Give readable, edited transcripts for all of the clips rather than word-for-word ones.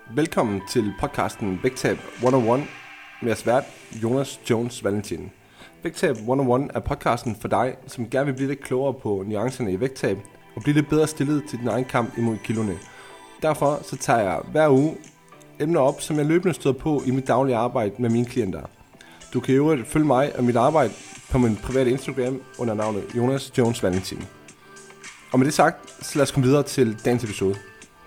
Velkommen til podcasten Vægtab 101 med jeres vært Jonas Jones Valentin. Vægtab 101 er podcasten for dig, som gerne vil blive lidt klogere på nuancerne i vægttab og blive lidt bedre stillet til din egen kamp imod kiloene. Derfor så tager jeg hver uge emner op, som jeg løbende støder på i mit daglige arbejde med mine klienter. Du kan jo følge mig og mit arbejde på min private Instagram under navnet Jonas Jones Valentin. Og med det sagt, så lad os komme videre til dagens episode.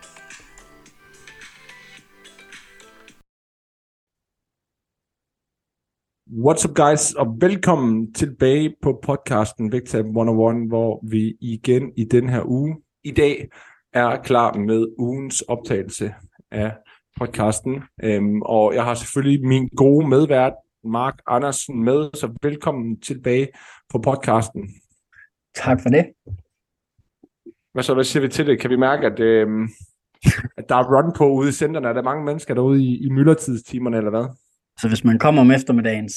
What's up guys, og velkommen tilbage på podcasten Vægtab 101, hvor vi igen i den her uge i dag er klar med ugens optagelse af podcasten. Og jeg har selvfølgelig min gode medvært, Mark Andersen, med, så velkommen tilbage på podcasten. Tak for det. Hvad siger vi til det? Kan vi mærke, at der er run på ude i centerne? Er der mange mennesker derude i myldretidstimerne, eller hvad? Så hvis man kommer om eftermiddagen,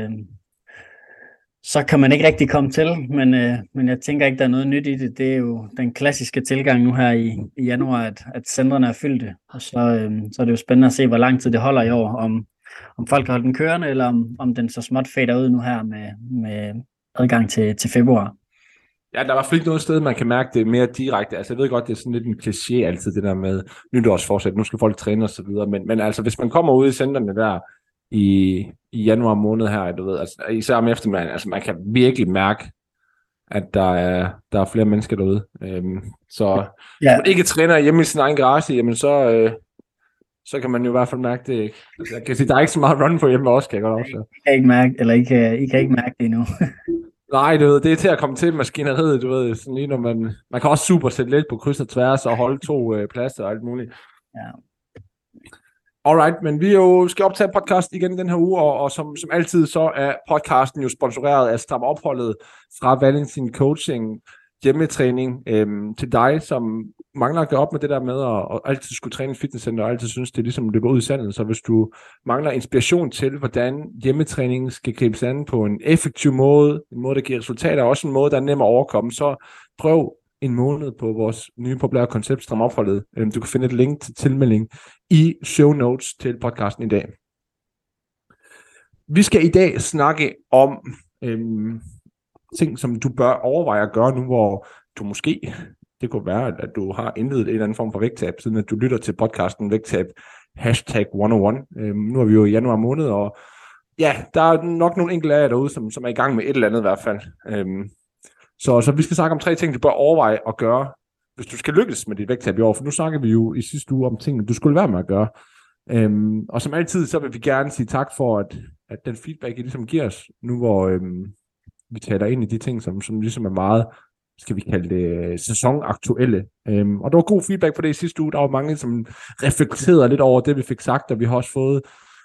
så kan man ikke rigtig komme til, men jeg tænker ikke, der er noget nyt i det. Det er jo den klassiske tilgang nu her i januar, at centrene er fyldte. Og så er det jo spændende at se, hvor lang tid det holder i år, om folk har holdt den kørende, eller om den så småt fader ud nu her med adgang til februar. Ja, der er i hvert fald ikke noget sted, man kan mærke det mere direkte. Altså, jeg ved godt, det er sådan lidt en kliché altid, det der med nytårsforsæt. Nu skal folk træne og så videre. Men altså, hvis man kommer ud i centrene der i januar måned her, du ved, altså, især om eftermiddagen, altså, man kan virkelig mærke, at der er flere mennesker derude. Så hvis man ikke træner hjemme i sin egen garage, jamen så kan man jo i hvert fald mærke det, ikke? Altså, jeg kan sige, der er ikke så meget run på hjemme også, kan jeg godt også. I kan ikke mærke, eller I kan ikke mærke det endnu. Nej, du ved, det er til at komme til maskineriet, du ved, sådan lige når man kan også super sætte lidt på kryds og tværs og holde 2 pladser og alt muligt. Ja. Alright, men vi jo skal optage podcast igen den her uge, og som altid så er podcasten jo sponsoreret af Stram Opholdet fra Valentin Coaching, hjemmetræning til dig, som mangler at gøre op med det der med at altid skulle træne i fitnesscenter, og altid synes, det er ligesom løber ud i sandet. Så hvis du mangler inspiration til, hvordan hjemmetræningen skal gribes an på en effektiv måde, en måde, der giver resultater, og også en måde, der er nem at overkomme, så prøv en måned på vores nye populære koncept, Stram Opholdet. Du kan finde et link til tilmelding i show notes til podcasten i dag. Vi skal i dag snakke om ting, som du bør overveje at gøre nu, hvor du måske, det kunne være, at du har indledet en eller anden form for vægttab, siden at du lytter til podcasten Vægtab #101. Nu er vi jo i januar måned, og ja, der er nok nogle enkelte af jer derude, som er i gang med et eller andet i hvert fald. Så vi skal snakke om 3 ting, du bør overveje at gøre, hvis du skal lykkes med dit vægttab i år, for nu snakker vi jo i sidste uge om ting, du skulle være med at gøre. Og som altid, så vil vi gerne sige tak for, at den feedback, I ligesom giver os, nu hvor vi taler ind i de ting, som ligesom er meget, skal vi kalde det, sæsonaktuelle. Og der var god feedback på det i sidste uge. Der var mange, som reflekterede lidt over det, vi fik sagt, og vi har også fået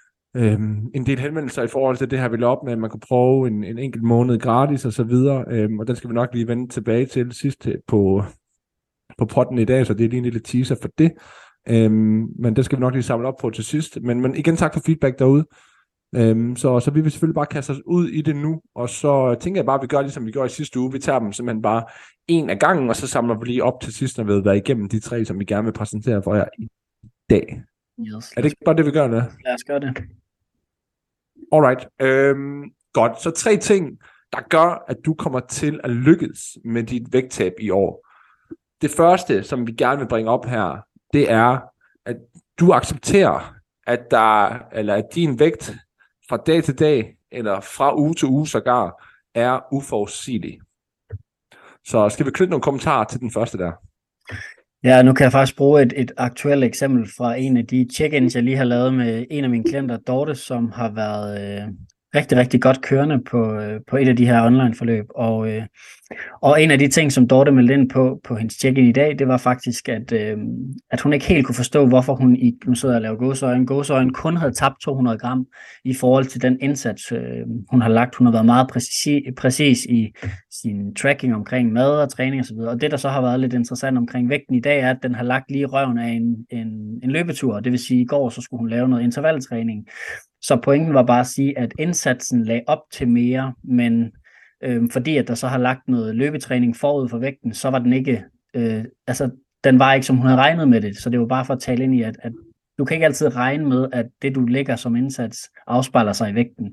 en del henvendelser i forhold til det her, vi lavede op med, at man kunne prøve en enkelt måned gratis og så videre. Og den skal vi nok lige vende tilbage til sidst på podden i dag, så det er lige en lille teaser for det. Men det skal vi nok lige samle op på til sidst. Men igen, tak for feedback derude. Så vi vil selvfølgelig bare kaste os ud i det nu, og så tænker jeg bare, at vi gør ligesom vi gjorde i sidste uge. Vi tager dem simpelthen bare en af gangen, og så samler vi lige op til sidst, når vi har været igennem de 3, som vi gerne vil præsentere for jer i dag. Yes, er det ikke bare det, vi gør, ne? Lad os gøre det. Alright. Godt. Så 3 ting, der gør, at du kommer til at lykkes med dit vægttab i år. Det første, som vi gerne vil bringe op her, det er, at du accepterer, at din vægt fra dag til dag, eller fra uge til uge sågar, er uforudsigelig. Så skal vi knytte nogle kommentarer til den første der? Ja, nu kan jeg faktisk bruge et aktuelt eksempel fra en af de check-ins, jeg lige har lavet med en af mine klienter, Dorte, som har været rigtig, rigtig godt kørende på et af de her online-forløb. Og en af de ting, som Dorte meldte ind på hendes check-in i dag, det var faktisk, at hun ikke helt kunne forstå, hvorfor hun nu sidder og laver gåseøjne kun havde tabt 200 gram i forhold til den indsats, hun har lagt. Hun har været meget præcis i sin tracking omkring mad og træning osv. Og det, der så har været lidt interessant omkring vægten i dag, er, at den har lagt lige røven af en løbetur. Det vil sige, at i går så skulle hun lave noget intervaltræning. Så pointen var bare at sige, at indsatsen lagde op til mere, men fordi at der så har lagt noget løbetræning forud for vægten, så var den ikke, den var ikke, som hun havde regnet med det. Så det var bare for at tale ind i, at Du kan ikke altid regne med, at det, du lægger som indsats, afspejler sig i vægten.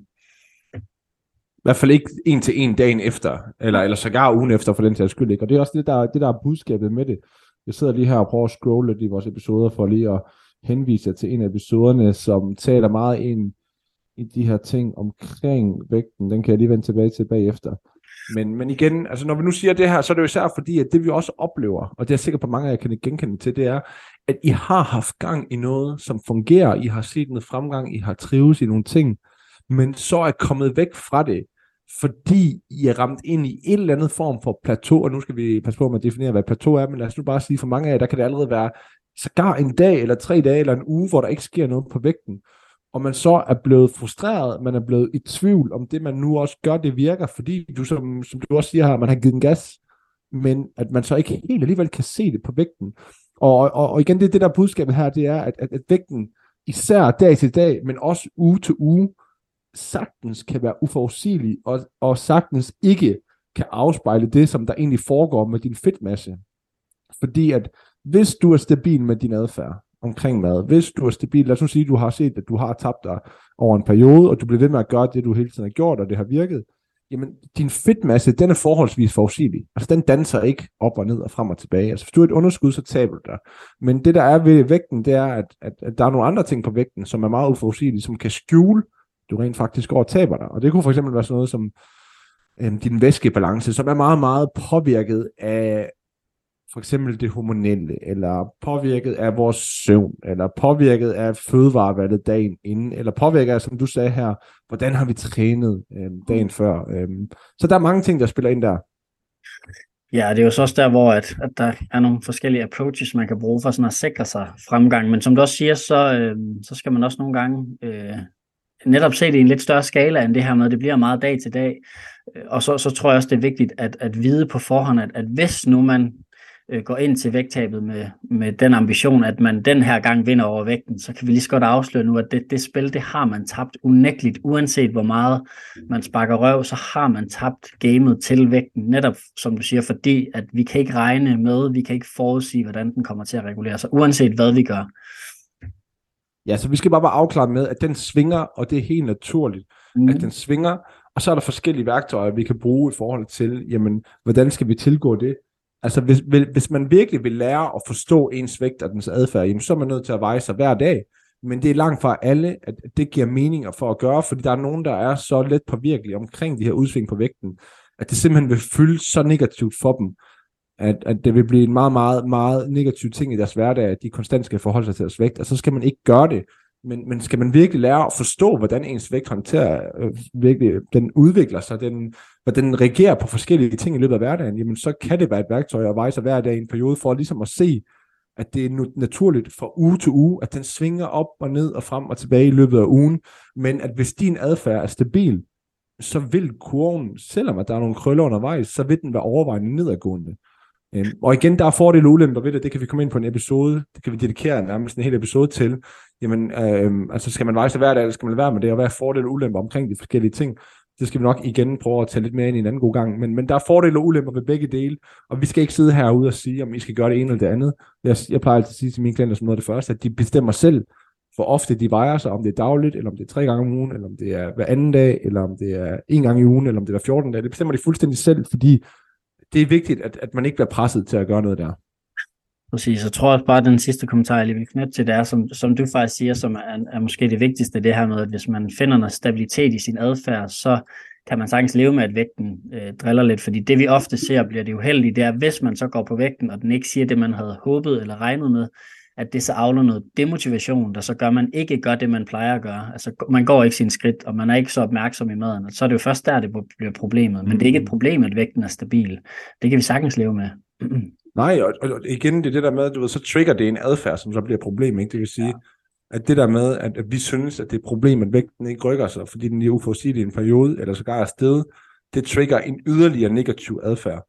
I hvert fald ikke en til en dagen efter, eller sågar ugen efter for den sags skyld, ikke? Og det er også det, der er budskabet med det. Jeg sidder lige her og prøver at scrolle lidt i vores episoder, for lige at henvise jer til en af episoderne, som taler meget ind i de her ting omkring vægten. Den kan jeg lige vende tilbage til bagefter. Men igen, altså når vi nu siger det her, så er det jo især fordi, at det vi også oplever, og det er jeg sikker på mange af jer kan genkende til, det er, at I har haft gang i noget, som fungerer, I har set noget fremgang, I har trives i nogle ting, men så er kommet væk fra det, fordi I er ramt ind i en eller anden form for plateau, og nu skal vi passe på med at definere, hvad plateau er, men lad os nu bare sige, for mange af jer, der kan det allerede være sågar en dag, eller 3 dage, eller en uge, hvor der ikke sker noget på vægten, og man så er blevet frustreret, man er blevet i tvivl om det, man nu også gør, det virker, fordi du, som du også siger her, man har givet en gas, men at man så ikke helt alligevel kan se det på vægten. Og igen, det der budskabet her, det er, at vægten, især dag til dag, men også uge til uge, sagtens kan være uforudsigelig, og sagtens ikke kan afspejle det, som der egentlig foregår med din fedtmasse. Fordi at hvis du er stabil med din adfærd omkring mad, hvis du er stabil, lad os nu sige, at du har set, at du har tabt dig over en periode, og du bliver ved med at gøre det, du hele tiden har gjort, og det har virket, jamen din fedtmasse, den er forholdsvis forudsigelig. Altså den danser ikke op og ned og frem og tilbage. Altså hvis du er et underskud, så taber du dig. Men det der er ved vægten, det er, at der er nogle andre ting på vægten, som er meget uforudsigelige, som kan skjule, du rent faktisk går og taber dig. Og det kunne for eksempel være sådan noget som din væskebalance, som er meget, meget påvirket af for eksempel det hormonelle, eller påvirket af vores søvn, eller påvirket af fødevarevalget dagen inden, eller påvirket af, som du sagde her, hvordan har vi trænet dagen før. Så der er mange ting, der spiller ind der. Ja, det er jo så også der, hvor at der er nogle forskellige approaches, man kan bruge for sådan at sikre sig fremgang. Men som du også siger, så skal man også nogle gange netop se det i en lidt større skala end det her med, det bliver meget dag til dag. Og så tror jeg også, det er vigtigt at vide på forhånd, at hvis nu man går ind til vægttabet med den ambition, at man den her gang vinder over vægten, så kan vi lige så godt afsløre nu, at det spil, det har man tabt unægteligt, uanset hvor meget man sparker røv, så har man tabt gamet til vægten, netop som du siger, fordi at vi kan ikke regne med, vi kan ikke forudsige, hvordan den kommer til at regulere sig, uanset hvad vi gør. Ja, så vi skal bare være afklaret med, at den svinger, og det er helt naturligt, at den svinger, og så er der forskellige værktøjer, vi kan bruge i forhold til, jamen, hvordan skal vi tilgå det? Altså, hvis man virkelig vil lære at forstå ens vægt og dens adfærd, jamen, så er man nødt til at veje sig hver dag. Men det er langt fra alle, at det giver meninger for at gøre, fordi der er nogen, der er så let påvirkelige omkring de her udsving på vægten, at det simpelthen vil fylde så negativt for dem, at det vil blive en meget, meget, meget negativ ting i deres hverdag, at de konstant skal forholde sig til deres vægt, og så skal man ikke gøre det. Men skal man virkelig lære at forstå, hvordan ens vægt håndterer, virkelig, den udvikler sig, hvordan den reagerer på forskellige ting i løbet af hverdagen, jamen så kan det være et værktøj at veje sig hver dag i en periode, for ligesom at se, at det er naturligt fra uge til uge, at den svinger op og ned og frem og tilbage i løbet af ugen, men at hvis din adfærd er stabil, så vil kurven, selvom at der er nogle krøller undervejs, så vil den være overvejende nedadgående. Og igen, der er fordele og ulemper ved det, det kan vi komme ind på en episode, det kan vi dedikere nærmest en hel episode til. Jamen, altså skal man veje sig hver dag, eller skal man lade være med det, og hvad er fordele og ulemper omkring de forskellige ting? Det skal vi nok igen prøve at tage lidt mere ind i en anden god gang, men der er fordele og ulemper ved begge dele, og vi skal ikke sidde herude og sige, om I skal gøre det ene eller det andet. Jeg plejer altid at sige til mine klienter som noget af det første, at de bestemmer selv, hvor ofte de vejer sig, om det er dagligt, eller om det er 3 gange om ugen, eller om det er hver anden dag, eller om det er 1 gang i ugen, eller om det er 14 dage. Det bestemmer de fuldstændig selv, fordi det er vigtigt, at man ikke bliver presset til at gøre noget der. Præcis, jeg tror også bare, at den sidste kommentar, jeg lige vil knytte til, det er, som du faktisk siger, som er måske det vigtigste, det her med, at hvis man finder noget stabilitet i sin adfærd, så kan man sagtens leve med, at vægten driller lidt, fordi det vi ofte ser, bliver det uheldige, det er, hvis man så går på vægten, og den ikke siger det, man havde håbet eller regnet med, at det så avler noget demotivation, der så gør, man ikke gør det, man plejer at gøre. Altså, man går ikke sin skridt, og man er ikke så opmærksom i maden, og så er det jo først der, det bliver problemet. Men det er ikke et problem, at vægten er stabil. Det kan vi sagtens leve med. Nej, og igen, det er det der med, at du ved, så trigger det en adfærd, som så bliver et problem, ikke? Det vil sige, at det der med, at vi synes, at det er et problem, at vægten ikke rykker sig, fordi den er uforudsigelig i en periode, eller sågar er steget, det trigger en yderligere negativ adfærd.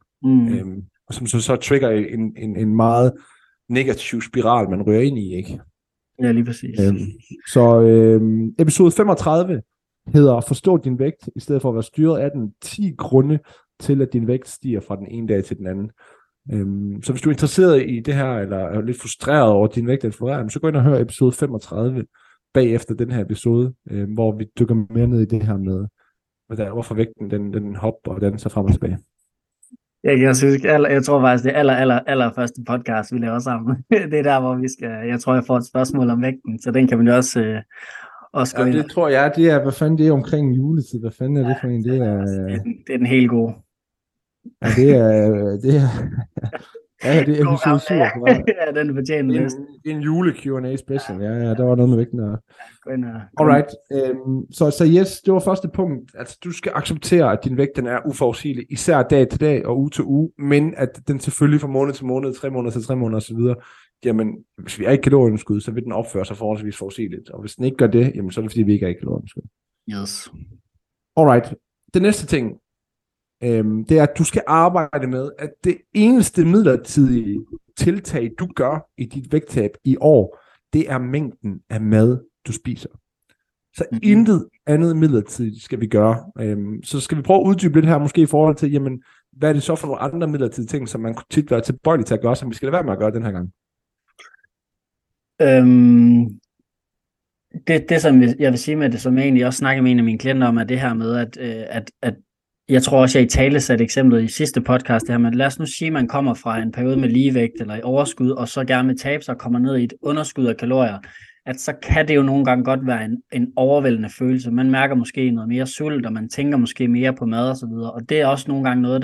Og som så trigger en meget negativ spiral, man rører ind i, ikke? Ja, lige præcis. Så episode 35 hedder Forstå din vægt, i stedet for at være styret af den 10 grunde til, at din vægt stiger fra den ene dag til den anden. Så hvis du er interesseret i det her, eller er lidt frustreret over din vægt eller florering, så gå ind og hør episode 35 bagefter den her episode, hvor vi dykker mere ned i det her med, hvorfor vægten den hopper, og den så frem og tilbage. Jeg tror faktisk, det er aller første podcast, vi laver sammen. Det er der, hvor vi skal, jeg tror, jeg får et spørgsmål om vægten, så den kan man jo også gå ind. Det tror jeg, det er, hvad fanden det er omkring juletid, hvad fanden er det for en, det er... Det er den helt gode. Ja, det er ja, det er episode 7. Ja, den fortjener det. Det er en jule Q&A special, ja, der var noget med vægten der. Alright, så yes, det var første punkt, altså du skal acceptere, at din vægt den er uforudsigelig, især dag til dag og uge til uge, men at den selvfølgelig fra måned til måned, 3 måneder til 3 måneder osv., jamen hvis vi er i kalorieunderskud, så vil den opføre sig forholdsvis forudsigeligt, og hvis den ikke gør det, jamen så er det fordi vi ikke er i kalorieunderskud. Yes. Alright, det næste ting, det er, at du skal arbejde med, at det eneste midlertidige tiltag, du gør i dit vægttab i år, det er mængden af mad, du spiser. Så intet andet midlertidigt skal vi gøre. Så skal vi prøve at uddybe lidt her, måske i forhold til, jamen, hvad er det så for nogle andre midlertidige ting, som man kunne tit være tilbøjelig til at gøre, som vi skal lade være med at gøre den her gang? Det som jeg vil sige med det, som jeg egentlig også snakker med en af mine klienter om, er det her med, at jeg tror også, jeg i tale satte eksemplet i sidste podcast, det her med, lad os nu sige, at man kommer fra en periode med ligevægt eller i overskud, og så gerne vil tabe sig og kommer ned i et underskud af kalorier, at så kan det jo nogle gange godt være en overvældende følelse. Man mærker måske noget mere sult, og man tænker måske mere på mad og så videre, og det er også nogle gange noget,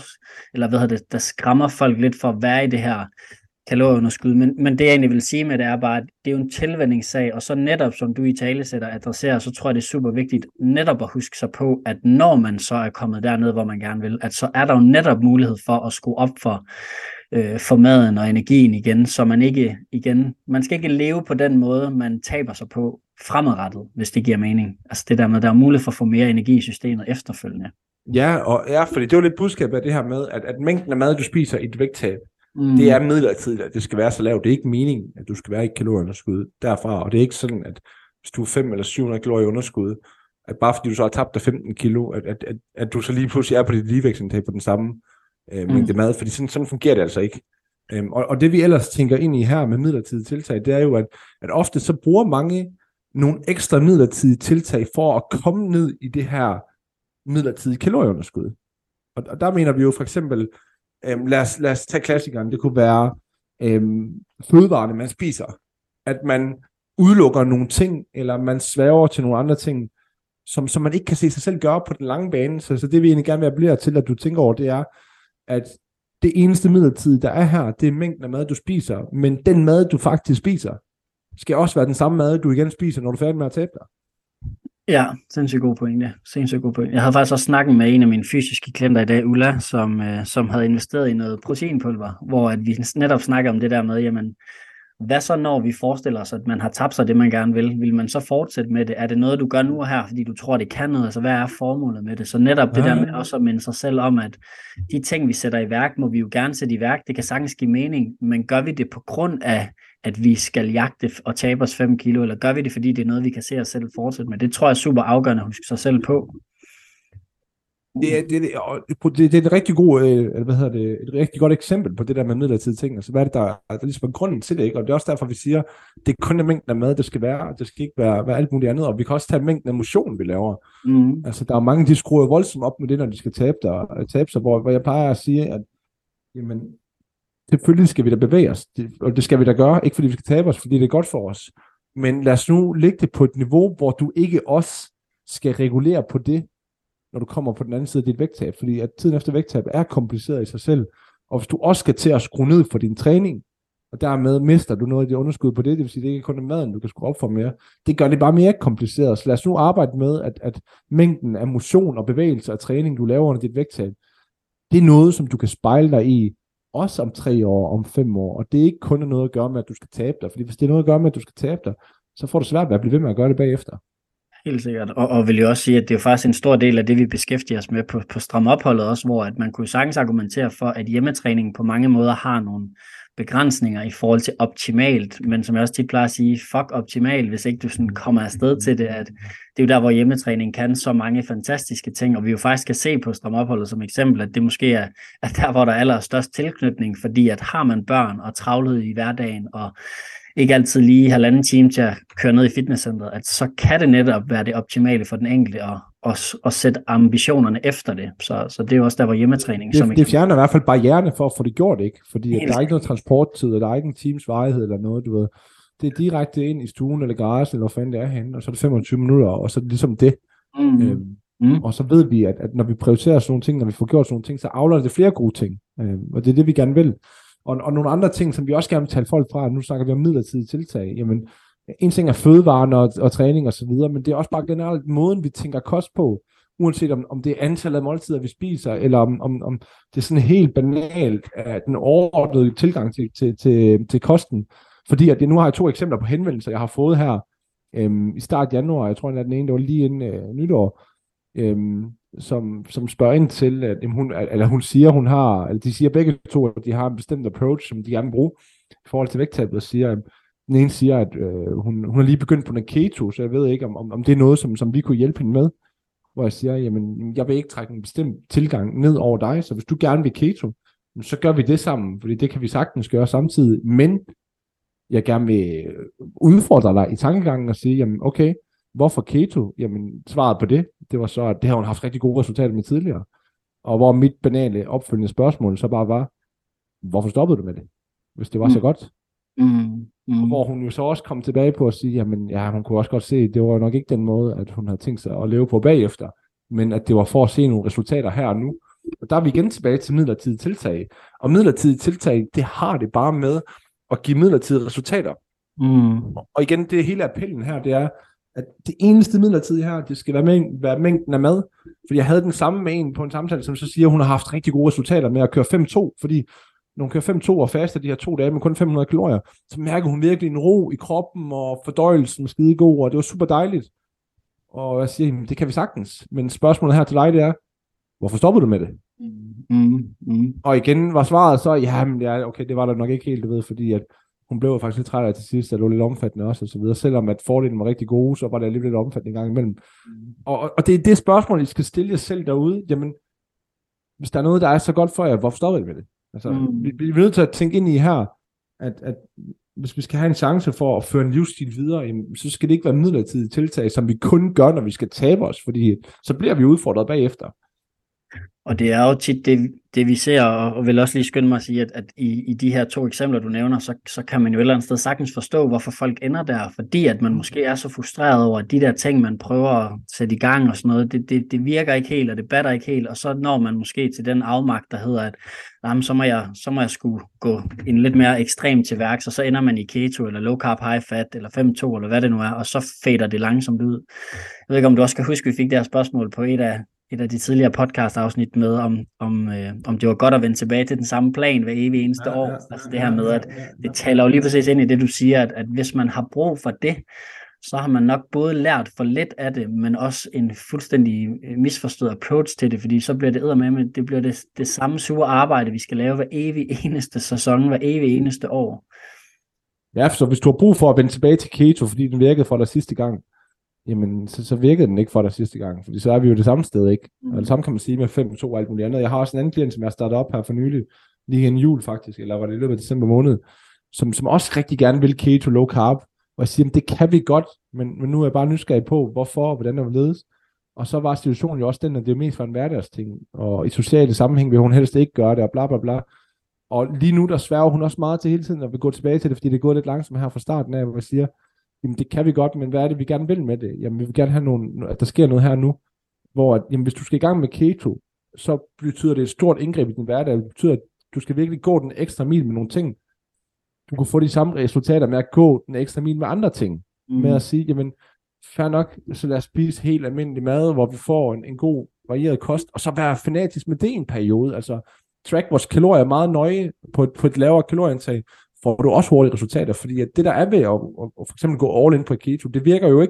der skræmmer folk lidt for at være i det her kalorieunderskud. Men det jeg egentlig vil sige med det er bare, at det er jo en tilvændingssag, og så netop som du i talesætter adresserer, så tror jeg det er super vigtigt netop at huske sig på, at når man så er kommet derned, hvor man gerne vil, at så er der jo netop mulighed for at skrue op for maden og energien igen, så man skal ikke leve på den måde, man taber sig på fremadrettet, hvis det giver mening. Altså det der med, der er mulighed for at få mere energi i systemet efterfølgende. Ja, fordi det er jo lidt budskab af det her med, at mængden af mad, du spiser i et vægttab, det er midlertidigt, at det skal være så lavt. Det er ikke meningen, at du skal være i kalorieunderskud derfra, og det er ikke sådan, at hvis du er 500 eller 700 kalorier i underskud, at bare fordi du så har tabt dig 15 kilo, at du så lige pludselig er på dit ligevægtsindtag på den samme mængde mad, fordi sådan fungerer det altså ikke. Og det vi ellers tænker ind i her med midlertidige tiltag, det er jo, at ofte så bruger mange nogle ekstra midlertidige tiltag for at komme ned i det her midlertidige kalorieunderskud. Og der mener vi jo for eksempel, lad os tage klassikeren, det kunne være fødevarene, man spiser. At man udelukker nogle ting, eller man sværger til nogle andre ting, som man ikke kan se sig selv gøre på den lange bane. Så det vi egentlig gerne vil appellere til, at du tænker over, det er, at det eneste midlertidige, der er her, det er mængden af mad, du spiser. Men den mad, du faktisk spiser, skal også være den samme mad, du igen spiser, når du er færdig med at tabe dig. Ja, sindssygt god pointe. Jeg havde faktisk også snakket med en af mine fysiske klienter i dag, Ulla, som havde investeret i noget proteinpulver, hvor at vi netop snakker om det der med, jamen, hvad så når vi forestiller os, at man har tabt sig det, man gerne vil? Vil man så fortsætte med det? Er det noget, du gør nu og her, fordi du tror, det kan noget? Altså, hvad er formålet med det? Så netop det der med også at minde sig selv om, at de ting, vi sætter i værk, må vi jo gerne sætte i værk. Det kan sagtens give mening, men gør vi det på grund af, at vi skal jagte og tabe os 5 kilo, eller gør vi det, fordi det er noget, vi kan se os selv fortsætte med? Det tror jeg er super afgørende at huske sig selv på. Det er et rigtig god, et rigtig godt eksempel på det der med midlertidige ting. Altså, hvad er det, der er ligesom grunden til det, ikke? Og det er også derfor, vi siger, det er kun en mængden af mad, det skal være. Det skal ikke være alt muligt andet. Og vi kan også tage mængden af motion, vi laver. Altså, der er mange, de skruer voldsomt op med det, når de skal tabe sig, hvor jeg plejer at sige, at jamen, selvfølgelig skal vi da bevæge os, og det skal vi da gøre, ikke fordi vi skal tabe os, fordi det er godt for os. Men lad os nu lægge det på et niveau, hvor du ikke også skal regulere på det, når du kommer på den anden side af dit vægttab, fordi at tiden efter vægttab er kompliceret i sig selv, og hvis du også skal til at skrue ned for din træning, og dermed mister du noget af det underskud på det vil sige, det ikke kun er maden, du kan skrue op for mere, det gør det bare mere kompliceret, så lad os nu arbejde med, at mængden af motion og bevægelse og træning, du laver under dit vægttab, det er noget, som du kan spejle dig i, også om 3 år, om 5 år, og det er ikke kun noget at gøre med, at du skal tabe dig, fordi hvis det er noget at gøre med, at du skal tabe dig, så får du svært ved at blive ved med at gøre det bagefter. Helt sikkert. Og vil jo også sige, at det er jo faktisk en stor del af det, vi beskæftiger os med på stram-opholdet også, hvor at man kunne sagtens argumentere for, at hjemmetræningen på mange måder har nogle begrænsninger i forhold til optimalt, men som jeg også tit plejer at sige, fuck optimalt, hvis ikke du sådan kommer afsted til det, at det er jo der, hvor hjemmetræning kan så mange fantastiske ting, og vi jo faktisk kan se på stram-opholdet som eksempel, at det måske er der, hvor der er allerstørst tilknytning, fordi at har man børn og travlhed i hverdagen, og ikke altid lige 1,5 time til at køre ned i fitnesscenteret, at så kan det netop være det optimale for den enkelte og sætte ambitionerne efter det. Så det er jo også der, hvor hjemmetræning... Det fjerner i hvert fald barriererne for at få det gjort, ikke? Fordi der er ikke noget transporttid, og der er ikke en times varighed eller noget, du ved. Det er direkte ind i stuen eller garagen, eller hvor fanden det er henne, og så er det 25 minutter, og så er det ligesom det. Og så ved vi, at når vi prioriterer sådan nogle ting, når vi får gjort sådan nogle ting, så afler det flere gode ting. Og det er det, vi gerne vil. Og nogle andre ting, som vi også gerne vil tale folk fra, nu snakker vi om midlertidige tiltag, jamen, en ting er fødevarer og træning og så videre, men det er også bare generelt måden, vi tænker kost på, uanset om det er antallet af måltider, vi spiser, eller om det er sådan helt banalt af den overordnede tilgang til kosten. Fordi at nu har jeg 2 eksempler på henvendelser, jeg har fået her i start januar, jeg tror, at den ene, der var lige inden nytår, som spørger ind til, at hun siger, hun har, eller de siger begge to, at de har en bestemt approach, som de gerne vil bruge i forhold til vægttabet, og siger, den ene siger, at hun har lige begyndt på en keto, så jeg ved ikke, om det er noget, som vi kunne hjælpe hende med, hvor jeg siger, jamen, jeg vil ikke trække en bestemt tilgang ned over dig, så hvis du gerne vil keto, så gør vi det sammen, fordi det kan vi sagtens gøre samtidig, men jeg gerne vil udfordre dig i tankegangen og sige, jamen okay, hvorfor keto? Jamen svaret på det var så, at det har hun haft rigtig gode resultater med tidligere. Og hvor mit banale opfølgende spørgsmål så bare var, hvorfor stoppede du med det? Hvis det var så godt. Hvor hun jo så også kom tilbage på at sige, jamen ja, hun kunne også godt se, at det var nok ikke den måde, at hun havde tænkt sig at leve på bagefter, men at det var for at se nogle resultater her og nu. Og der er vi igen tilbage til midlertidige tiltag. Og midlertidige tiltag, det har det bare med at give midlertidige resultater. Og igen, det hele appellen her, det er, at det eneste midlertidige her, det skal være mængden af mad. Fordi jeg havde den samme med en på en samtale, som så siger, at hun har haft rigtig gode resultater med at køre 5-2, fordi når hun kører 5-2 og faster de her 2 dage med kun 500 kalorier, så mærker hun virkelig en ro i kroppen, og fordøjelsen skide god, og det var super dejligt. Og jeg siger, det kan vi sagtens. Men spørgsmålet her til dig, det er, hvorfor stoppede du med det? Og igen var svaret så, ja, okay, det var der nok ikke helt, du ved, fordi at hun blev faktisk lidt træt af til sidst, det lå lidt omfattende også, og så videre. Selvom at fordelen var rigtig gode, så var det alligevel lidt omfattende en gang imellem. Og det er det spørgsmål, I skal stille jer selv derude. Jamen, hvis der er noget, der er så godt for jer, hvorfor stopper I med det? Altså, vi er nødt til at tænke ind i her, at hvis vi skal have en chance for at føre en livsstil videre, jamen, så skal det ikke være midlertidige tiltag, som vi kun gør, når vi skal tabe os, fordi så bliver vi udfordret bagefter. Og det er jo tit det vi ser, og vil også lige skynde mig at sige, at i de her 2 eksempler, du nævner, så kan man jo et eller andet sted sagtens forstå, hvorfor folk ender der, fordi at man måske er så frustreret over, at de der ting, man prøver at sætte i gang og sådan noget, det virker ikke helt, og det batter ikke helt, og så når man måske til den afmagt, der hedder, at jamen, så må jeg skulle gå en lidt mere ekstrem til værks, og så ender man i keto, eller low carb, high fat, eller 5-2, eller hvad det nu er, og så fader det langsomt ud. Jeg ved ikke, om du også kan huske, at vi fik det her spørgsmål på et af de tidligere podcast-afsnit med, om det var godt at vende tilbage til den samme plan hver evig eneste år. Altså det her med, at det taler jo lige præcis ind i det, du siger, at hvis man har brug for det, så har man nok både lært for lidt af det, men også en fuldstændig misforstået approach til det, fordi så bliver det eddermame, det bliver det samme sure arbejde, vi skal lave hver evig eneste sæson, hver evig eneste år. Ja, så hvis du har brug for at vende tilbage til keto, fordi den virkede for dig sidste gang, jamen, så virkede den ikke for dig sidste gang, fordi så er vi jo det samme sted, ikke? Og det samme kan man sige med 5-2 og alt muligt andet. Jeg har også en anden klient, som jeg startede op her for nylig, lige inden jul faktisk, eller var det i løbet af december måned, som også rigtig gerne vil keto low carb, og jeg siger, det kan vi godt, men nu er jeg bare nysgerrig på, hvorfor og hvordan det vil ledes. Og så var situationen jo også den, at det er mest for en hverdagsting, og i sociale sammenhæng vil hun helst ikke gøre det, og bla bla bla. Og lige nu, der sværger hun også meget til hele tiden, og vil gå tilbage til det, fordi det er gået lidt langsomt her fra starten af, hvor jeg siger, jamen det kan vi godt, men hvad er det, vi gerne vil med det? Jamen vi vil gerne have at der sker noget her nu, hvor at, jamen, hvis du skal i gang med keto, så betyder det et stort indgreb i din hverdag. Det betyder, at du skal virkelig gå den ekstra mil med nogle ting. Du kan få de samme resultater med at gå den ekstra mil med andre ting. Med at sige, jamen fair nok, så lad os spise helt almindelig mad, hvor vi får en god varieret kost, og så være fanatisk med det en periode. Altså track vores kalorier meget nøje på et lavere kalorieindtag, får du også hurtige resultater, fordi at det der er ved at for eksempel gå all in på keto, det virker jo ikke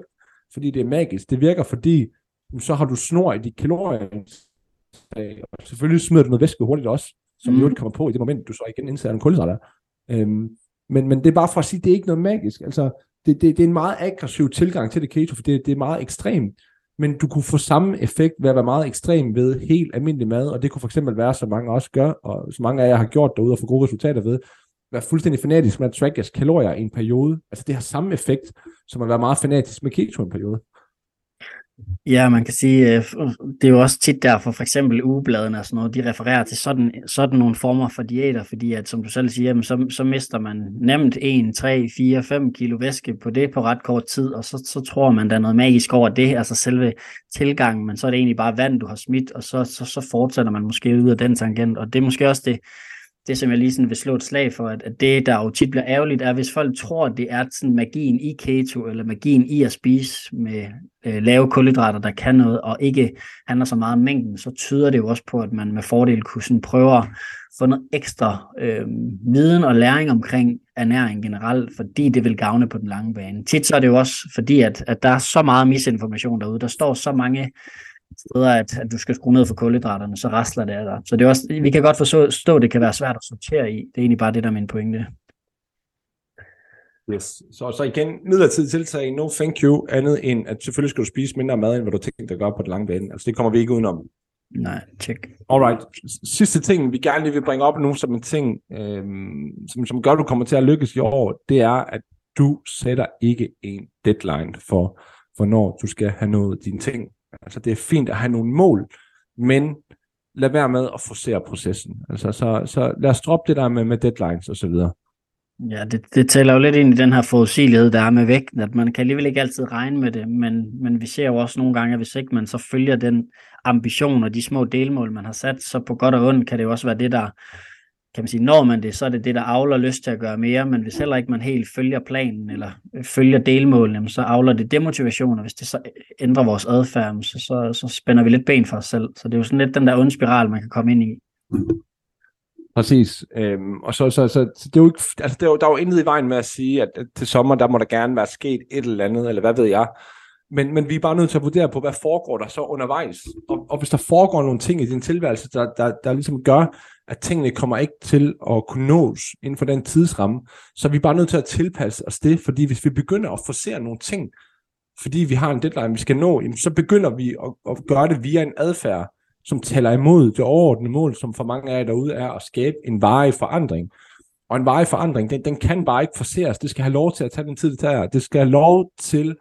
fordi det er magisk. Det virker, fordi så har du snor i de kalorier, og selvfølgelig smider du noget væske hurtigt også, som jo kommer på i det moment, du så igen indser en kulhydrater. Men det er bare for at sige, det er ikke noget magisk. Altså, det er en meget aggressiv tilgang til det keto, for det er meget ekstremt. Men du kunne få samme effekt ved at være meget ekstrem ved helt almindelig mad, og det kunne for eksempel være, som mange også gør, og som mange af jer har gjort derude og få gode resultater ved, være fuldstændig fanatisk med at track jeres kalorier i en periode. Altså det har samme effekt, som at være meget fanatisk med keto i en periode. Ja, man kan sige, det er jo også tit derfor, for eksempel ugebladene og sådan noget, de refererer til sådan nogle former for diæter, fordi at, som du selv siger, så mister man nemt 1, 3, 4, 5 kilo væske på det på ret kort tid, og så tror man, der er noget magisk over det, altså selve tilgangen, men så er det egentlig bare vand, du har smidt, og så fortsætter man måske ud af den tangent, og det er måske også det, som jeg lige sådan vil slå et slag for, at det, der jo tit bliver ærgerligt, er, hvis folk tror, at det er sådan magien i keto, eller magien i at spise med lave kulhydrater, der kan noget, og ikke handler så meget om mængden, så tyder det jo også på, at man med fordel kunne sådan prøve at få noget ekstra viden og læring omkring ernæring generelt, fordi det vil gavne på den lange bane. Tit så er det jo også fordi, at der er så meget misinformation derude, der står så mange steder, at du skal skrue ned for kulhydraterne, så rasler det af dig. Så det er også, vi kan godt forstå, at det kan være svært at sortere i. Det er egentlig bare det, der er min pointe. Yes. Så igen, midlertidigt tiltag, no thank you, andet end at selvfølgelig skal du spise mindre mad, end hvad du tænker dig at gøre på den lange bane. Altså det kommer vi ikke udenom. Nej, check. Alright. Sidste ting, vi gerne lige vil bringe op nu som en ting, som gør, at du kommer til at lykkes i år, det er, at du sætter ikke en deadline for, hvornår du skal have nået dine ting. Altså det er fint at have nogle mål, men lad være med at forcere processen. Altså så lad os droppe det der med deadlines og så videre. Ja, det tæller jo lidt ind i den her forudsigelighed, der er med vægten, at man kan alligevel ikke altid regne med det, men vi ser jo også nogle gange, at hvis ikke man så følger den ambition og de små delmål, man har sat, så på godt og ondt kan det jo også være det, der, kan man sige, når man det, så er det der avler lyst til at gøre mere, men hvis heller ikke man helt følger planen, eller følger delmålene, så avler det demotivation, og hvis det så ændrer vores adfærd, så spænder vi lidt ben for os selv, så det er jo sådan lidt den der onde spiral, man kan komme ind i. Præcis. Og så det er jo ikke, altså der er jo intet i vejen med at sige, at til sommer, der må der gerne være sket et eller andet, eller hvad ved jeg. Men vi er bare nødt til at vurdere på, hvad foregår der så undervejs. Og hvis der foregår nogle ting i din tilværelse, der ligesom gør, at tingene kommer ikke til at kunne nås inden for den tidsramme, så er vi bare nødt til at tilpasse os det, fordi hvis vi begynder at forcere nogle ting, fordi vi har en deadline, vi skal nå, så begynder vi at gøre det via en adfærd, som tæller imod det overordnede mål, som for mange af jer derude er at skabe en varig forandring. Og en varig forandring, den kan bare ikke forceres. Det skal have lov til at tage den tid, det tager. Det skal have lov til,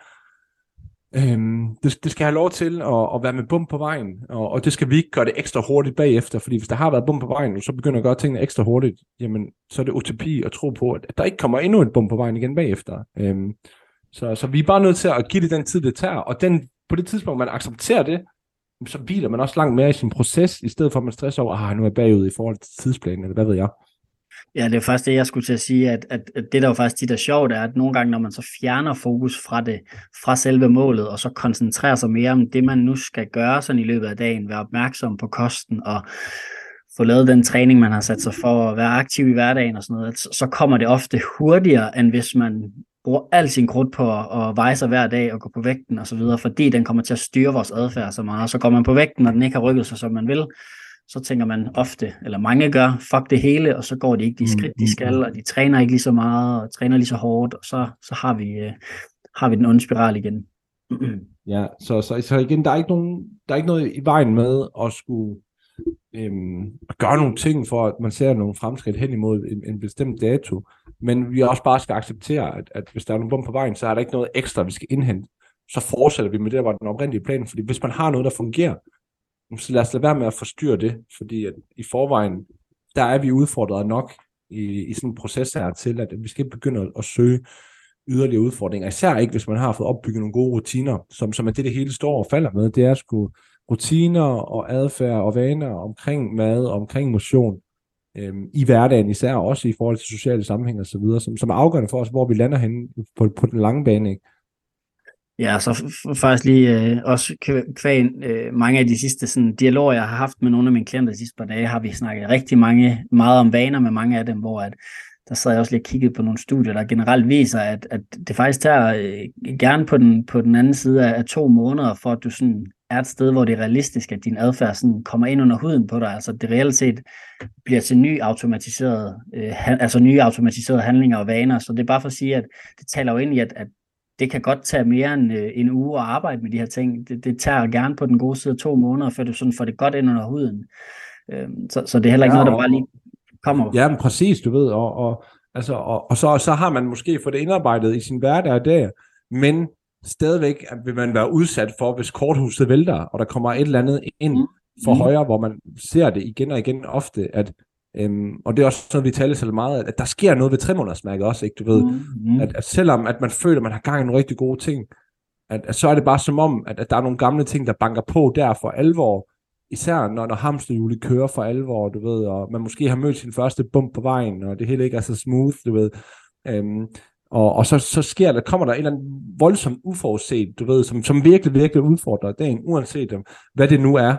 det skal have lov til at være med bump på vejen. Og det skal vi ikke gøre det ekstra hurtigt bagefter, fordi hvis der har været bump på vejen, og så begynder at gøre tingene ekstra hurtigt, jamen, så er det utopi at tro på, at der ikke kommer endnu et bump på vejen igen bagefter. Så vi er bare nødt til at give det den tid, det tager. Og på det tidspunkt, man accepterer det, så hviler man også langt mere i sin proces, i stedet for at man stresser over, nu er jeg bagud i forhold til tidsplanen, eller hvad ved jeg. Ja, det er faktisk det, jeg skulle til at sige, at det, der jo faktisk tit er sjovt, er, at nogle gange, når man så fjerner fokus fra selve målet, og så koncentrerer sig mere om det, man nu skal gøre sådan i løbet af dagen, være opmærksom på kosten, og få lavet den træning, man har sat sig for, at være aktiv i hverdagen og sådan noget, så kommer det ofte hurtigere, end hvis man bruger al sin krudt på at veje sig hver dag og gå på vægten og så videre, fordi den kommer til at styre vores adfærd så meget. Og så går man på vægten, og den ikke har rykket sig, som man vil, så tænker man ofte, eller mange gør, fuck det hele, og så går de ikke de skridt, de skal, og de træner ikke lige så meget, og træner lige så hårdt, og så har vi den onde spiral igen. Ja, så igen, der er ikke noget i vejen med at skulle at gøre nogle ting for, at man ser nogle fremskridt hen imod en bestemt dato, men vi også bare skal acceptere, at hvis der er nogle bump på vejen, så er der ikke noget ekstra, vi skal indhente. Så fortsætter vi med det, der var den oprindelige plan, fordi hvis man har noget, der fungerer, så lad os lade være med at forstyrre det, fordi at i forvejen, der er vi udfordret nok i sådan en proces her til, at vi skal begynde at søge yderligere udfordringer, især ikke, hvis man har fået opbygget nogle gode rutiner, som er det hele står og falder med, det er sgu rutiner og adfærd og vaner omkring mad og omkring motion i hverdagen, især også i forhold til sociale sammenhæng og så videre, som er afgørende for os, hvor vi lander henne på den lange bane, ikke? Ja, så faktisk lige også kvæg mange af de sidste sådan, dialoger, jeg har haft med nogle af mine klienter de sidste par dage, har vi snakket rigtig meget om vaner med mange af dem, hvor at der sad jeg også lige og kiggede på nogle studier, der generelt viser, at det faktisk tager gerne på den anden side af 2 måneder, for at du sådan er et sted, hvor det er realistisk, at din adfærd sådan kommer ind under huden på dig. Altså det reelt set bliver til nye automatiserede handlinger og vaner. Så det er bare for at sige, at det taler jo ind i, at det kan godt tage mere end en uge at arbejde med de her ting. Det tager gerne på den gode side af 2 måneder, før du sådan får det godt ind under huden. Så det er heller ikke noget, der bare lige kommer. Ja, men præcis, du ved. Og så har man måske fået det indarbejdet i sin hverdag der, men stadigvæk vil man være udsat for, hvis korthuset vælter, og der kommer et eller andet ind for højre, hvor man ser det igen og igen ofte, at og det er også noget, vi taler så meget, at der sker noget ved 3-månedersmærket også, ikke? Du ved, at selvom at man føler, at man har gang i nogle rigtig gode ting, at så er det bare som om, at der er nogle gamle ting, der banker på der for alvor, især når hamsterhjulet kører for alvor, du ved, og man måske har mødt sin første bump på vejen, og det hele ikke er så smooth, du ved. Og så kommer der et eller andet voldsomt uforudset, du ved, som virkelig, virkelig udfordrer dagen, uanset hvad det nu er.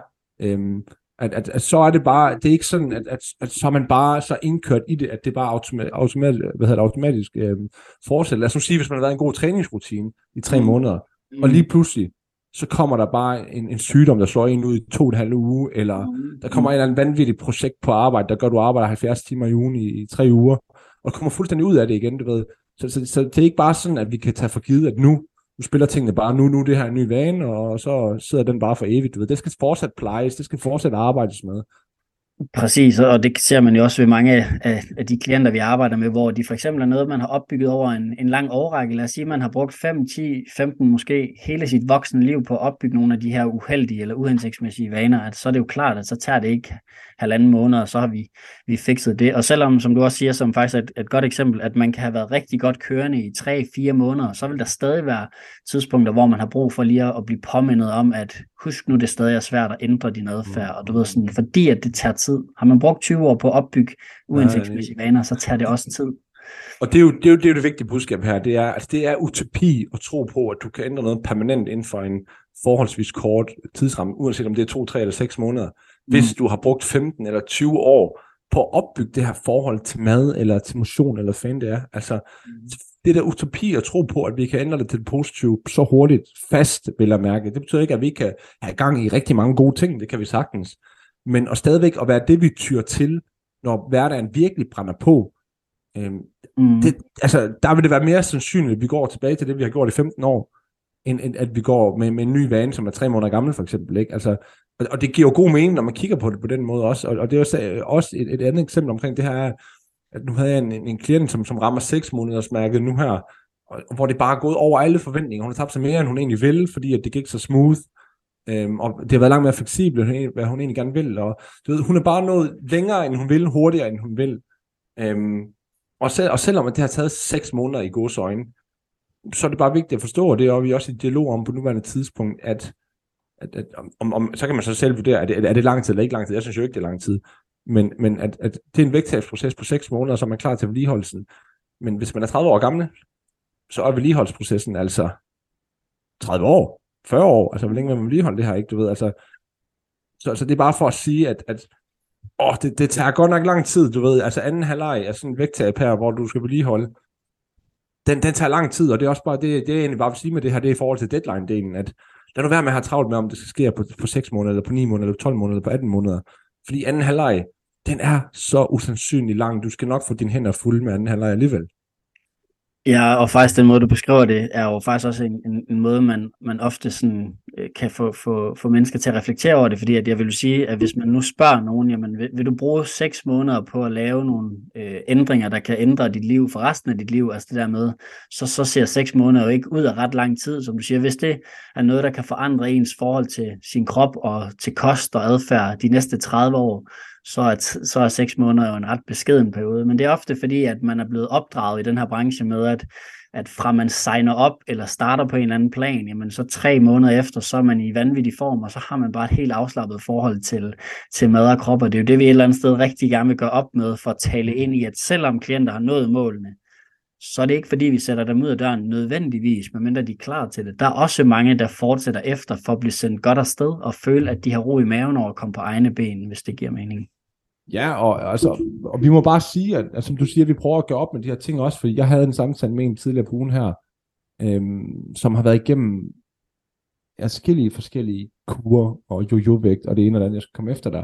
At så er det bare, det er ikke sådan, at så er man bare så indkørt i det, at det bare automatisk fortsætter. Lad os nu sige, hvis man har været en god træningsrutine i 3 måneder, og lige pludselig, så kommer der bare en sygdom, der slår en ud i 2,5 uge, eller der kommer et eller andet vanvittigt projekt på arbejde, der gør, at du arbejder 70 timer i ugen i 3 uger, og kommer fuldstændig ud af det igen, du ved. Så det er ikke bare sådan, at vi kan tage for givet, at nu spiller tingene bare, nu det her en ny vane, og så sidder den bare for evigt, du ved. Det skal fortsat plejes, det skal fortsat arbejdes med. Præcis, og det ser man jo også ved mange af de klienter, vi arbejder med, hvor de for eksempel er noget, man har opbygget over en lang årrække. Lad os sige, at man har brugt 5, 10, 15, måske hele sit voksne liv på at opbygge nogle af de her uheldige eller uhensigtsmæssige vaner, at så er det jo klart, at så tager det ikke 1,5 måneder, og så har vi fikset det. Og selvom, som du også siger, som faktisk er et godt eksempel, at man kan have været rigtig godt kørende i 3-4 måneder, så vil der stadig være tidspunkter, hvor man har brug for lige at blive påmindet om, at husk nu, det stadig er svært at ændre din adfærd, og du ved sådan, fordi at det tager tid. Har man brugt 20 år på at opbygge uhensigtsmæssige vaner, så tager det også tid. Og det er jo det vigtige budskab her. Det er utopi at tro på, at du kan ændre noget permanent inden for en forholdsvis kort tidsramme, uanset om det er 2, 3 eller 6 måneder. Hvis du har brugt 15 eller 20 år på at opbygge det her forhold til mad, eller til motion, eller hvad fanden det er. Altså, det der utopi at tro på, at vi kan ændre det til det positive så hurtigt, fast, vil jeg mærke. Det betyder ikke, at vi kan have gang i rigtig mange gode ting. Det kan vi sagtens. Men at stadigvæk at være det, vi tyr til, når hverdagen virkelig brænder på, der vil det være mere sandsynligt, at vi går tilbage til det, vi har gjort i 15 år, end at vi går med en ny vane, som er 3 måneder gammel, for eksempel. Ikke? Altså, og det giver jo god mening, når man kigger på det på den måde også. Og det er også et andet eksempel omkring det her, at nu havde jeg en klient, som rammer 6 måneders mærket nu her, hvor det bare er gået over alle forventninger. Hun har tabt sig mere, end hun egentlig ville, fordi at det gik så smooth. Og det har været langt mere fleksibelt, hvad hun egentlig gerne vil. Og du ved, hun er bare nået længere, end hun vil, hurtigere, end hun vil. Og selvom at det har taget 6 måneder i gåseøjne, så er det bare vigtigt at forstå, og det er vi også i dialog om på nuværende tidspunkt, at så kan man så selv vurdere, er det lang tid eller ikke lang tid. Jeg synes jo ikke, det er lang tid. Men at det er en vægttabsproces på 6 måneder, så er man klar til vedligeholdelsen. Men hvis man er 30 år gammel, så er vedligeholdelsesprocessen altså 30 år, 40 år. Altså, hvor længe vil man vedligeholde det her, ikke? Du ved, altså. Så det er bare for at sige, at det tager godt nok lang tid, du ved. Altså, anden halvleg er sådan en vægttab her, hvor du skal vedligeholde. Den tager lang tid, og det er også bare, det er egentlig bare at sige med det her, det er i forhold til deadline-delen, at lad nu være med at have travlt med, om det skal ske på 6 måneder, eller på 9 måneder, eller på 12 måneder, eller på 18 måneder. Fordi anden halvleg, den er så usandsynlig lang. Du skal nok få dine hænder fulde med anden halvleg alligevel. Ja, og faktisk den måde, du beskriver det, er jo faktisk også en måde, man ofte sådan, kan få mennesker til at reflektere over det, fordi at jeg vil sige, at hvis man nu spørger nogen, jamen vil du bruge 6 måneder på at lave nogle ændringer, der kan ændre dit liv for resten af dit liv, altså det der med, så ser 6 måneder jo ikke ud af ret lang tid, som du siger. Hvis det er noget, der kan forandre ens forhold til sin krop og til kost og adfærd de næste 30 år, så er 6 måneder jo en ret beskeden periode. Men det er ofte fordi, at man er blevet opdraget i den her branche med, at fra man signer op eller starter på en eller anden plan, jamen så 3 måneder efter, så er man i vanvittig form, og så har man bare et helt afslappet forhold til mad og krop, og det er jo det, vi et eller andet sted rigtig gerne vil gøre op med, for at tale ind i, at selvom klienter har nået målene, så er det ikke fordi, vi sætter dem ud af døren nødvendigvis, medmindre de er klar til det. Der er også mange, der fortsætter efter for at blive sendt godt afsted og føle, at de har ro i maven over at komme på egne ben, hvis det giver mening. Ja, og vi må bare sige, at som du siger, vi prøver at gøre op med de her ting også, fordi jeg havde en samtale med en tidligere på ugen her, som har været igennem forskellige kurer og jojo-vægt, og det ene eller andet, jeg skal komme efter dig.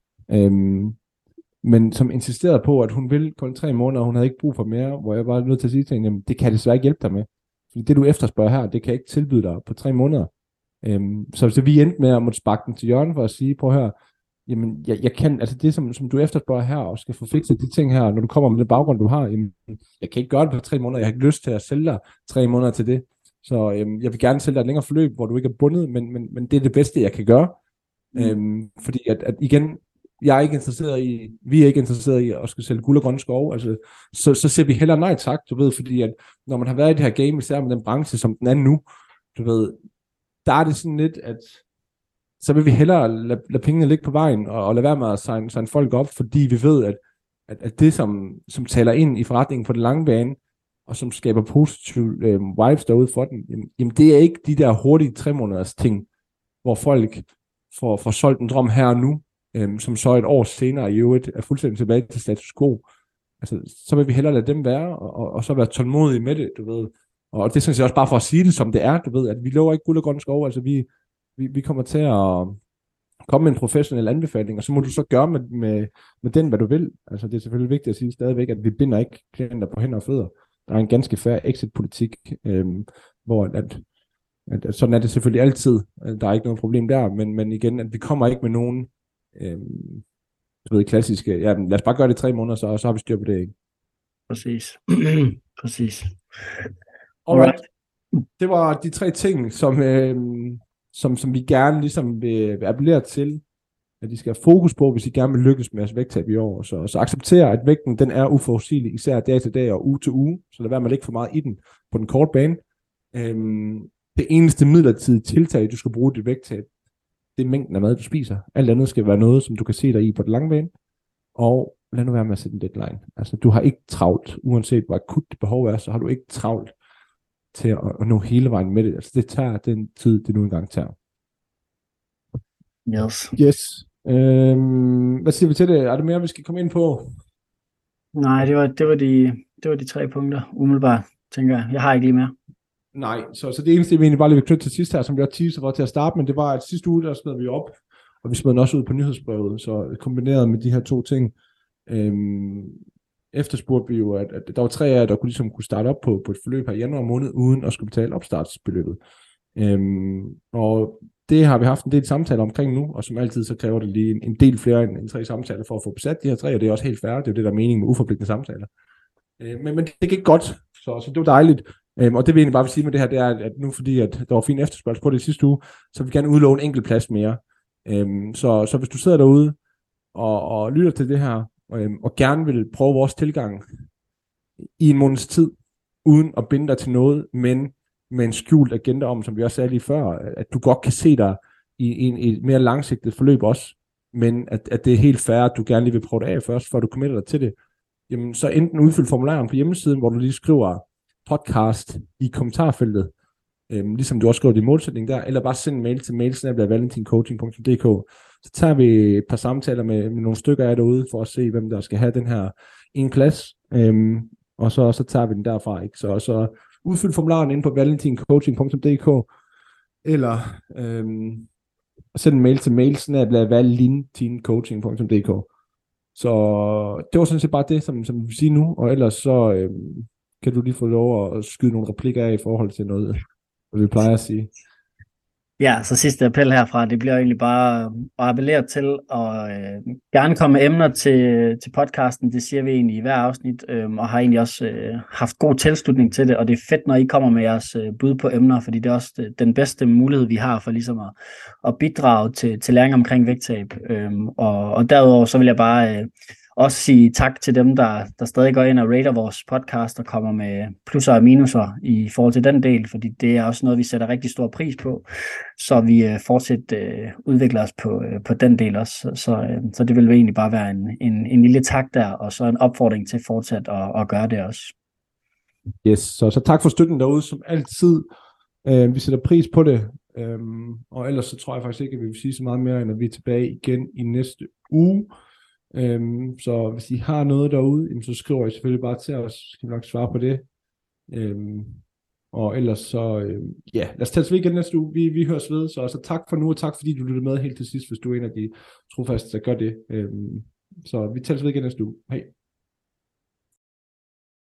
Men som insisterede på, at hun ville kun 3 måneder, og hun havde ikke brug for mere, hvor jeg var nødt til at sige til hende, det kan jeg desværre ikke hjælpe dig med. Fordi det, du efterspørger her, det kan jeg ikke tilbyde dig på 3 måneder. Så vi endte med at måtte sparke den til hjørne for at sige, prøv her, jamen, jeg kan, altså det, som du efterspørger her, og skal få fikset de ting her, når du kommer med den baggrund, du har, jamen, jeg kan ikke gøre det på 3 måneder, jeg har ikke lyst til at sælge dig 3 måneder til det. Så jeg vil gerne sælge dig et længere forløb, hvor du ikke er bundet, men det er det bedste, jeg kan gøre. Fordi at igen, vi er ikke interesseret i at skulle sælge guld og grønne skove, altså, så ser vi hellere nej tak, du ved, fordi at når man har været i det her game, især med den branche, som den er nu, du ved, der er det sådan lidt, at så vil vi hellere lade pengene ligge på vejen, og lade være med at signe folk op, fordi vi ved, at det, som taler ind i forretningen på den lange bane, og som skaber positive vibes derude for den, jamen det er ikke de der hurtige 3 måneders ting, hvor folk får solgt en drøm her og nu, som så et år senere i øvrigt er fuldstændig tilbage til status quo. Altså, så vil vi hellere lade dem være, og så være tålmodige med det, du ved. Og det er sådan set også bare for at sige det, som det er, du ved, at vi lover ikke guld og grønne skove, altså vi kommer til at komme med en professionel anbefaling, og så må du så gøre med den, hvad du vil. Altså, det er selvfølgelig vigtigt at sige stadigvæk, at vi binder ikke klienter på hænder og fødder. Der er en ganske fair exit-politik, hvor at sådan er det selvfølgelig altid. Der er ikke noget problem der, men igen, at vi kommer ikke med nogen klassiske, ja, lad os bare gøre det i 3 måneder, så har vi styr på det, ikke? Præcis. Præcis. Alright. Det var de 3 ting, som vi gerne ligesom vil appellere til, at de skal have fokus på, hvis I gerne vil lykkes med at vægttab i år. Så acceptere, at vægten den er uforudsigelig, især dag til dag og uge til uge, så lad være med at lægge for meget i den på den korte bane. Det eneste midlertidige tiltag, du skal bruge dit vægttab, det er mængden af mad, du spiser. Alt andet skal være noget, som du kan se dig i på den lange bane. Og lad nu være med at sætte en deadline. Altså, du har ikke travlt, uanset hvor akut det behov er, så har du ikke travlt til at nå hele vejen med det. Altså, det tager den tid, det nu engang tager. Yes. Hvad siger vi til det? Er det mere, vi skal komme ind på? Nej, det var de 3 punkter, umiddelbart, tænker jeg. Jeg har ikke lige mere. Nej, så det eneste, vi egentlig bare lige vil knytte til sidst her, som vi har teaser for til at starte med, det var, at sidste uge, der smed vi op, og vi smed den også ud på nyhedsbrevet, så kombineret med de her 2 ting, efterspurgte vi jo, at der var 3 af jer, der kunne starte op på et forløb her i januar måned, uden at skulle betale opstartsbeløbet. Og det har vi haft en del samtaler omkring nu, og som altid, så kræver det lige en del flere end 3 samtaler for at få besat de her 3, og det er også helt fair, det er jo det, der er mening med uforpligtende samtaler. Men det gik godt, så det var dejligt. Og det vi egentlig bare vil sige med det her, det er, at nu fordi at der var fin efterspørgsel på det sidste uge, så vil vi gerne udlove en enkelt plads mere. Så hvis du sidder derude og lytter til det her, og gerne vil prøve vores tilgang i en måneds tid, uden at binde dig til noget, men med en skjult agenda om, som vi også sagde lige før, at du godt kan se dig i et mere langsigtet forløb også, men at det er helt fair, at du gerne lige vil prøve det af først, før du committer dig til det, jamen så enten udfyld formularen på hjemmesiden, hvor du lige skriver podcast i kommentarfeltet, ligesom du også skriver din målsætning der, eller bare send en mail til mail@valentincoaching.dk. Så tager vi et par samtaler med nogle stykker af derude, for at se, hvem der skal have den her en plads, og så tager vi den derfra, ikke? Så udfyld formularen inde på valentincoaching.dk, eller send en mail til mail@valentincoaching.dk. Så det var sådan set bare det, som vi vil sige nu, og ellers så kan du lige få lov at skyde nogle replikker af i forhold til noget, hvad vi plejer at sige. Ja, så sidste appel herfra, det bliver egentlig bare at appellere til at gerne komme med emner til podcasten. Det siger vi egentlig i hver afsnit, og har egentlig også haft god tilslutning til det, og det er fedt, når I kommer med jeres bud på emner, fordi det er også den bedste mulighed, vi har for ligesom at bidrage til læring omkring vægttab. Og derudover så vil jeg bare også sige tak til dem, der stadig går ind og rater vores podcast og kommer med plusser og minuser i forhold til den del, fordi det er også noget, vi sætter rigtig stor pris på, så vi fortsat udvikler os på den del også. Så det vil egentlig bare være en lille tak der, og så en opfordring til fortsat at gøre det også. Yes, så tak for støtten derude, som altid. Vi sætter pris på det, og ellers så tror jeg faktisk ikke, at vi vil sige så meget mere, end at vi er tilbage igen i næste uge. Så hvis I har noget derude, jamen, så skriver I selvfølgelig bare til os, så skal vi nok svare på det. Og ellers så, ja, lad os tage ved igen næste uge. Vi høres ved, så tak for nu, og tak fordi du lyttede med helt til sidst, hvis du er en af de trofaste, der gør det. Så vi tales ved igen næste uge. Hej.